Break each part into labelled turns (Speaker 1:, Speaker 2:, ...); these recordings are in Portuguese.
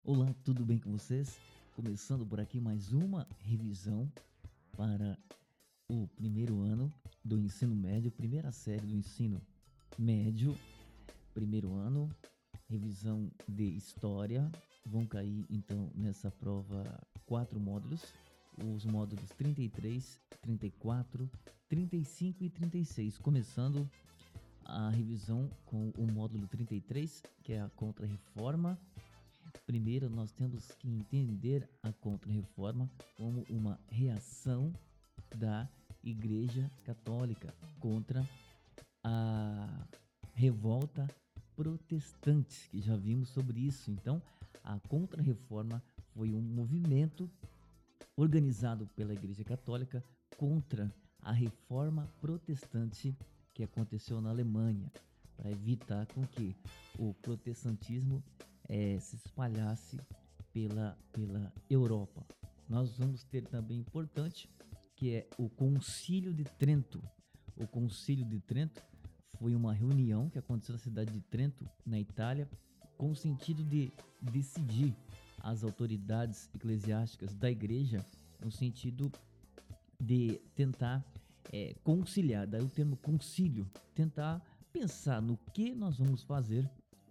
Speaker 1: Olá, tudo bem com vocês? Começando por aqui mais uma revisão para o primeiro ano do ensino médio, primeira série do ensino médio, primeiro ano, revisão de história. Vão cair então nessa prova quatro módulos, os módulos 33, 34, 35 e 36, começando a revisão com o módulo 33, que é a Contra-Reforma. Primeiro, nós temos que entender a Contra-Reforma como uma reação da Igreja Católica contra a revolta protestante, que já vimos sobre isso. Então, a Contra-Reforma foi um movimento organizado pela Igreja Católica contra a reforma protestante que aconteceu na Alemanha, para evitar com que o protestantismo se espalhasse pela Europa. Nós vamos ter também importante que é o Concílio de Trento. O Concílio de Trento foi uma reunião que aconteceu na cidade de Trento, na Itália, com o sentido de decidir as autoridades eclesiásticas da igreja, no sentido de tentar conciliar, daí o termo concílio, tentar pensar no que nós vamos fazer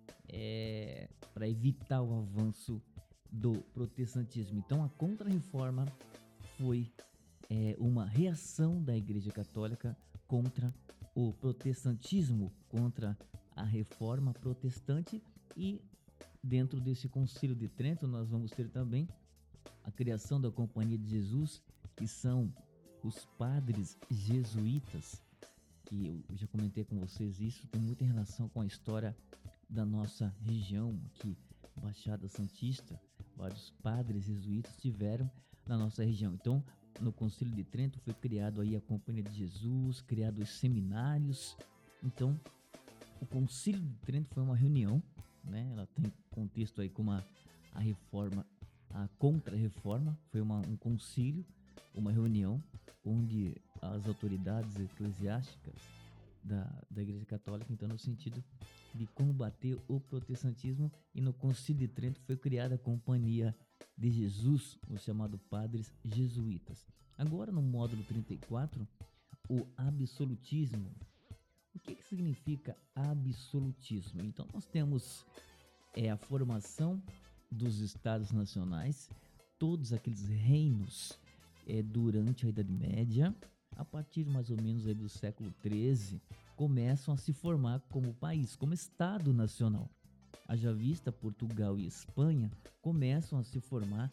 Speaker 1: para evitar o avanço do protestantismo. Então, a Contra-Reforma foi uma reação da Igreja Católica contra o protestantismo, contra a reforma protestante. E dentro desse Concílio de Trento nós vamos ter também a criação da Companhia de Jesus, que são os padres jesuítas, que eu já comentei com vocês. Isso tem muita relação com a história da nossa região aqui, Baixada Santista. Vários padres jesuítas tiveram na nossa região. Então, no Concílio de Trento foi criado aí a Companhia de Jesus, criado os seminários. Então, o Concílio de Trento foi uma reunião, né? Ela tem contexto aí como a reforma, a Contra-Reforma, foi um concílio, uma reunião onde as autoridades eclesiásticas da Igreja Católica, então, no sentido de combater o protestantismo, e no Concílio de Trento foi criada a Companhia de Jesus, os chamados padres jesuítas. Agora, no módulo 34, o absolutismo. O que significa absolutismo? Então, nós temos a formação dos estados nacionais, todos aqueles reinos durante a Idade Média, a partir mais ou menos aí do século XIII, começam a se formar como país, como Estado Nacional. Haja vista, Portugal e Espanha começam a se formar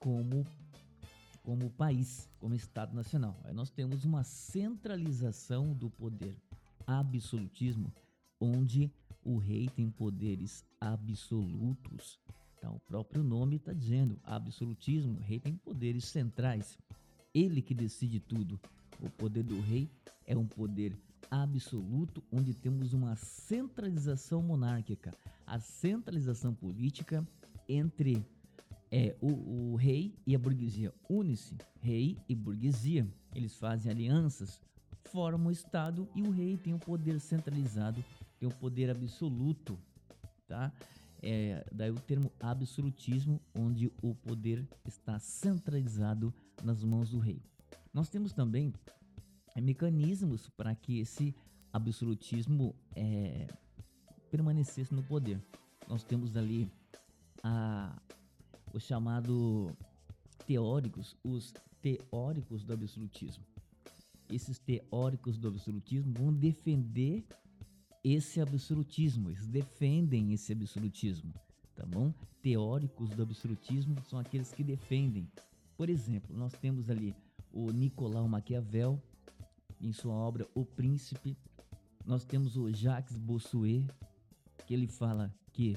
Speaker 1: como país, como Estado Nacional. Aí nós temos uma centralização do poder, absolutismo, onde o rei tem poderes absolutos. Então, o próprio nome está dizendo, absolutismo, o rei tem poderes centrais. Ele que decide tudo. O poder do rei é um poder absoluto, onde temos uma centralização monárquica, a centralização política entre o rei e a burguesia. Une-se rei e burguesia, eles fazem alianças, formam o Estado, e o rei tem o poder centralizado, tem o poder absoluto, tá? Daí o termo absolutismo, onde o poder está centralizado nas mãos do rei. Nós temos também mecanismos para que esse absolutismo permanecesse no poder. Nós temos ali o chamado teóricos, os teóricos do absolutismo. Esses teóricos do absolutismo vão defender esse absolutismo, eles defendem esse absolutismo, tá bom? Teóricos do absolutismo são aqueles que defendem. Por exemplo, nós temos ali o Nicolau Maquiavel, em sua obra O Príncipe. Nós temos o Jacques Bossuet, que ele fala que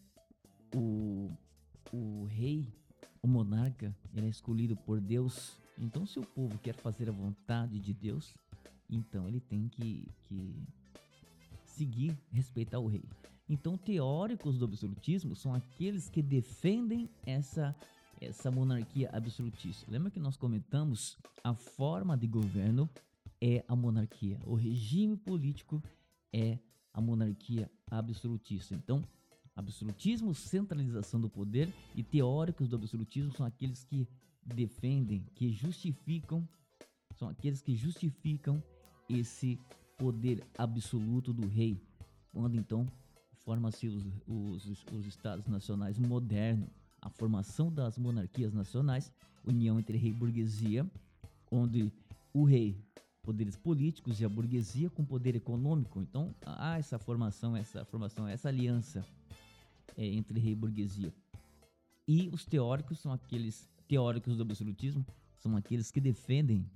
Speaker 1: o rei, o monarca, ele é escolhido por Deus. Então, se o povo quer fazer a vontade de Deus, então ele tem que seguir, respeitar o rei. Então, teóricos do absolutismo são aqueles que defendem essa monarquia absolutista. Lembra que nós comentamos a forma de governo é a monarquia, o regime político é a monarquia absolutista. Então, Absolutismo, centralização do poder, e teóricos do absolutismo são aqueles que defendem, que justificam, são aqueles que justificam esse poder absoluto do rei, quando então forma-se os estados nacionais modernos, a formação das monarquias nacionais, união entre rei e burguesia, onde o rei, poderes políticos, e a burguesia com poder econômico. Então há essa aliança entre rei e burguesia. E os teóricos são aqueles teóricos do absolutismo, são aqueles que defendem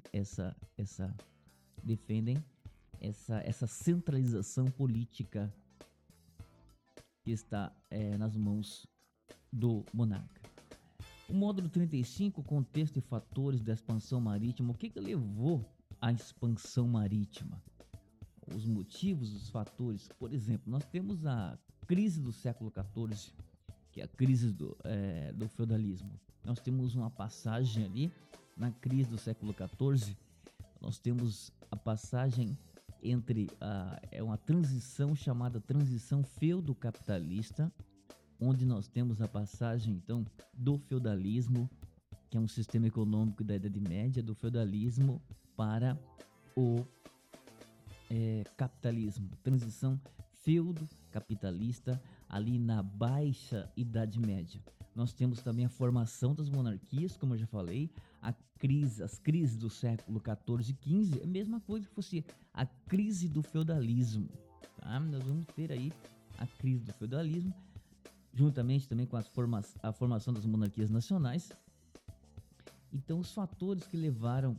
Speaker 1: essa centralização política que está nas mãos do monarca. O módulo 35, contexto e fatores da expansão marítima. O que levou à expansão marítima? Os motivos, os fatores. Por exemplo, nós temos a crise do século XIV, que é a crise do feudalismo. Nós temos uma passagem ali na crise do século XIV. Nós temos a passagem entre uma transição chamada transição feudo-capitalista, onde nós temos a passagem então do feudalismo, que é um sistema econômico da Idade Média, do feudalismo para o capitalismo, transição feudo-capitalista ali na Baixa Idade Média. Nós temos também a formação das monarquias, como eu já falei, as crises do século XIV e XV, é a mesma coisa que fosse a crise do feudalismo. Tá? Nós vamos ter aí a crise do feudalismo, juntamente também com a formação das monarquias nacionais. Então, os fatores que levaram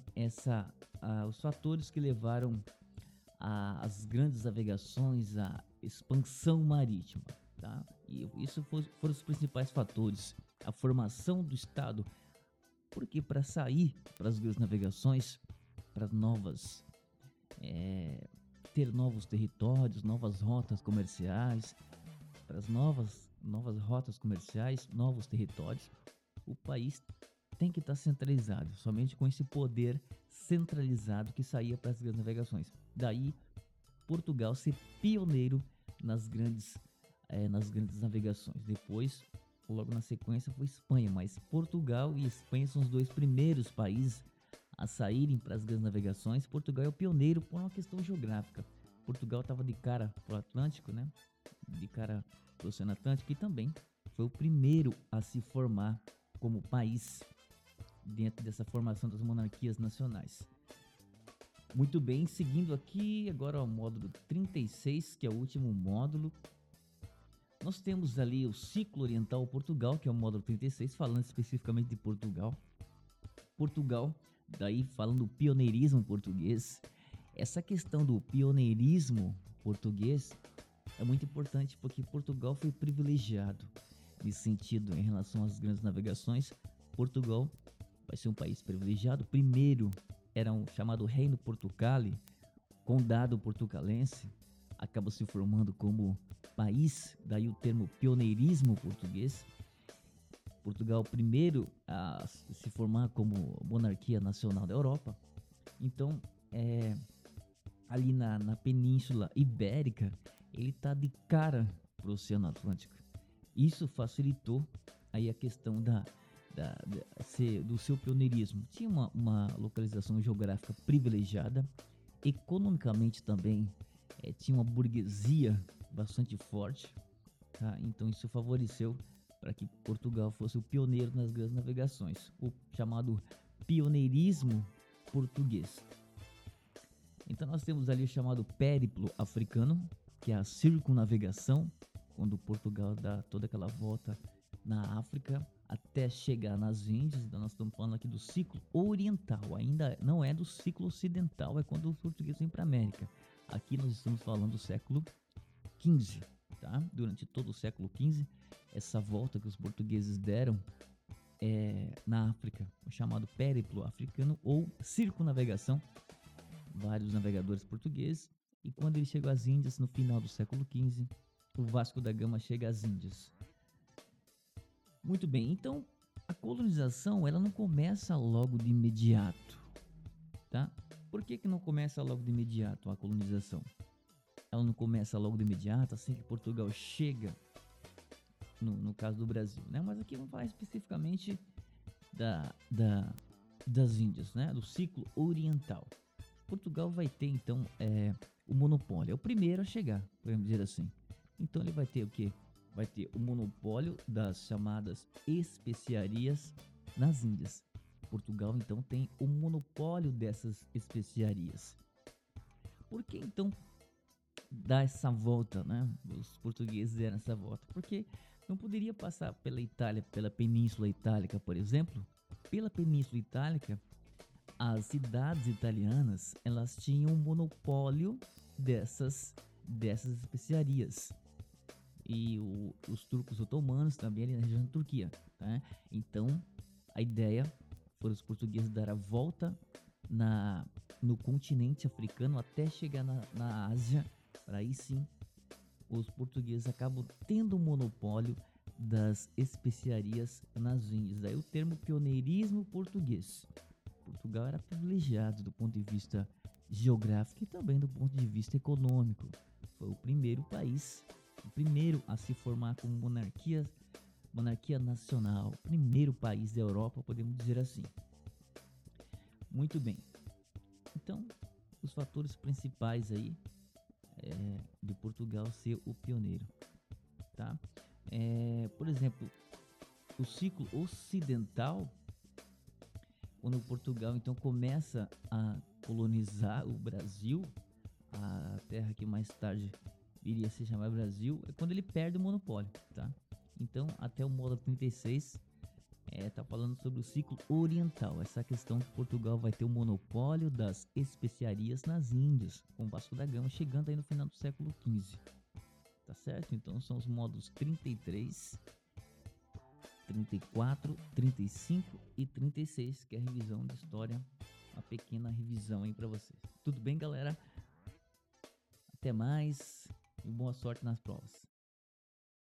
Speaker 1: as grandes navegações, a expansão marítima, tá? E isso foram os principais fatores. A formação do Estado, porque para sair para as grandes navegações, para ter novos territórios, novas rotas comerciais, para as novas rotas comerciais, novos territórios, o país tem que estar centralizado, somente com esse poder centralizado que saía para as grandes navegações. Daí Portugal ser pioneiro nas grandes navegações. Depois, logo na sequência, foi Espanha, mas Portugal e Espanha são os dois primeiros países a saírem para as grandes navegações. Portugal é o pioneiro por uma questão geográfica. Portugal estava de cara para o Atlântico, né? De cara para o Oceano Atlântico, e também foi o primeiro a se formar como país dentro dessa formação das monarquias nacionais. Muito bem, seguindo aqui agora o módulo 36, que é o último módulo. Nós temos ali o ciclo oriental Portugal, que é o módulo 36, falando especificamente de Portugal. Portugal, daí falando do pioneirismo português. Essa questão do pioneirismo português é muito importante, porque Portugal foi privilegiado nesse sentido em relação às grandes navegações. Portugal vai ser um país privilegiado. Primeiro era um chamado Reino Portucale, Condado Portucalense, acaba se formando como país, daí o termo pioneirismo português. Portugal primeiro a se formar como monarquia nacional da Europa. Então, ali na Península Ibérica, ele está de cara para o Oceano Atlântico. Isso facilitou aí a questão do seu pioneirismo. Tinha uma localização geográfica privilegiada, economicamente também tinha uma burguesia bastante forte, tá? Então isso favoreceu para que Portugal fosse o pioneiro nas grandes navegações, o chamado pioneirismo português. Então nós temos ali o chamado périplo africano, que é a circunnavegação, quando Portugal dá toda aquela volta na África até chegar nas Índias. Então nós estamos falando aqui do ciclo oriental, ainda não é do ciclo ocidental, é quando os portugueses vêm para a América. Aqui nós estamos falando do século XV, tá? Durante todo o século XV, essa volta que os portugueses deram na África, o chamado périplo africano ou circunnavegação, vários navegadores portugueses. E quando ele chegou às Índias no final do século XV, o Vasco da Gama chega às Índias. Muito bem, então a colonização ela não começa logo de imediato, tá? Por que não começa logo de imediato a colonização? Ela não começa logo de imediato, assim que Portugal chega no caso do Brasil, né? Mas aqui vamos falar especificamente da, da, das Índias, né? Do ciclo oriental. Portugal vai ter então o monopólio, é o primeiro a chegar, podemos dizer assim. Então ele vai ter o quê? Vai ter o monopólio das chamadas especiarias nas Índias. Portugal então tem o monopólio dessas especiarias. Por que então dar essa volta, né? Os portugueses deram essa volta, porque não poderia passar pela Itália, pela Península Itálica, por exemplo. Pela Península Itálica, as cidades italianas, elas tinham um monopólio dessas especiarias. E os turcos otomanos também ali na região da Turquia, tá? Então, a ideia foi os portugueses dar a volta na, no continente africano até chegar na Ásia, para aí sim os portugueses acabam tendo o monopólio das especiarias nas Índias. Daí o termo pioneirismo português. Portugal era privilegiado do ponto de vista geográfico e também do ponto de vista econômico. Foi o primeiro país, o primeiro a se formar como monarquia nacional, primeiro país da Europa, podemos dizer assim. Muito bem. Então, os fatores principais aí de Portugal ser o pioneiro, tá? Por exemplo, o ciclo ocidental, quando Portugal então começa a colonizar o Brasil, a terra que mais tarde iria se chamar Brasil, é quando ele perde o monopólio, tá? Então, até o módulo 36 tá falando sobre o ciclo oriental, essa questão que Portugal vai ter o monopólio das especiarias nas Índias, com Vasco da Gama chegando aí no final do século XV, tá certo? Então são os módulos 33, 34, 35 e 36, que é a revisão de história, uma pequena revisão aí para vocês. Tudo bem, galera? Até mais e boa sorte nas provas.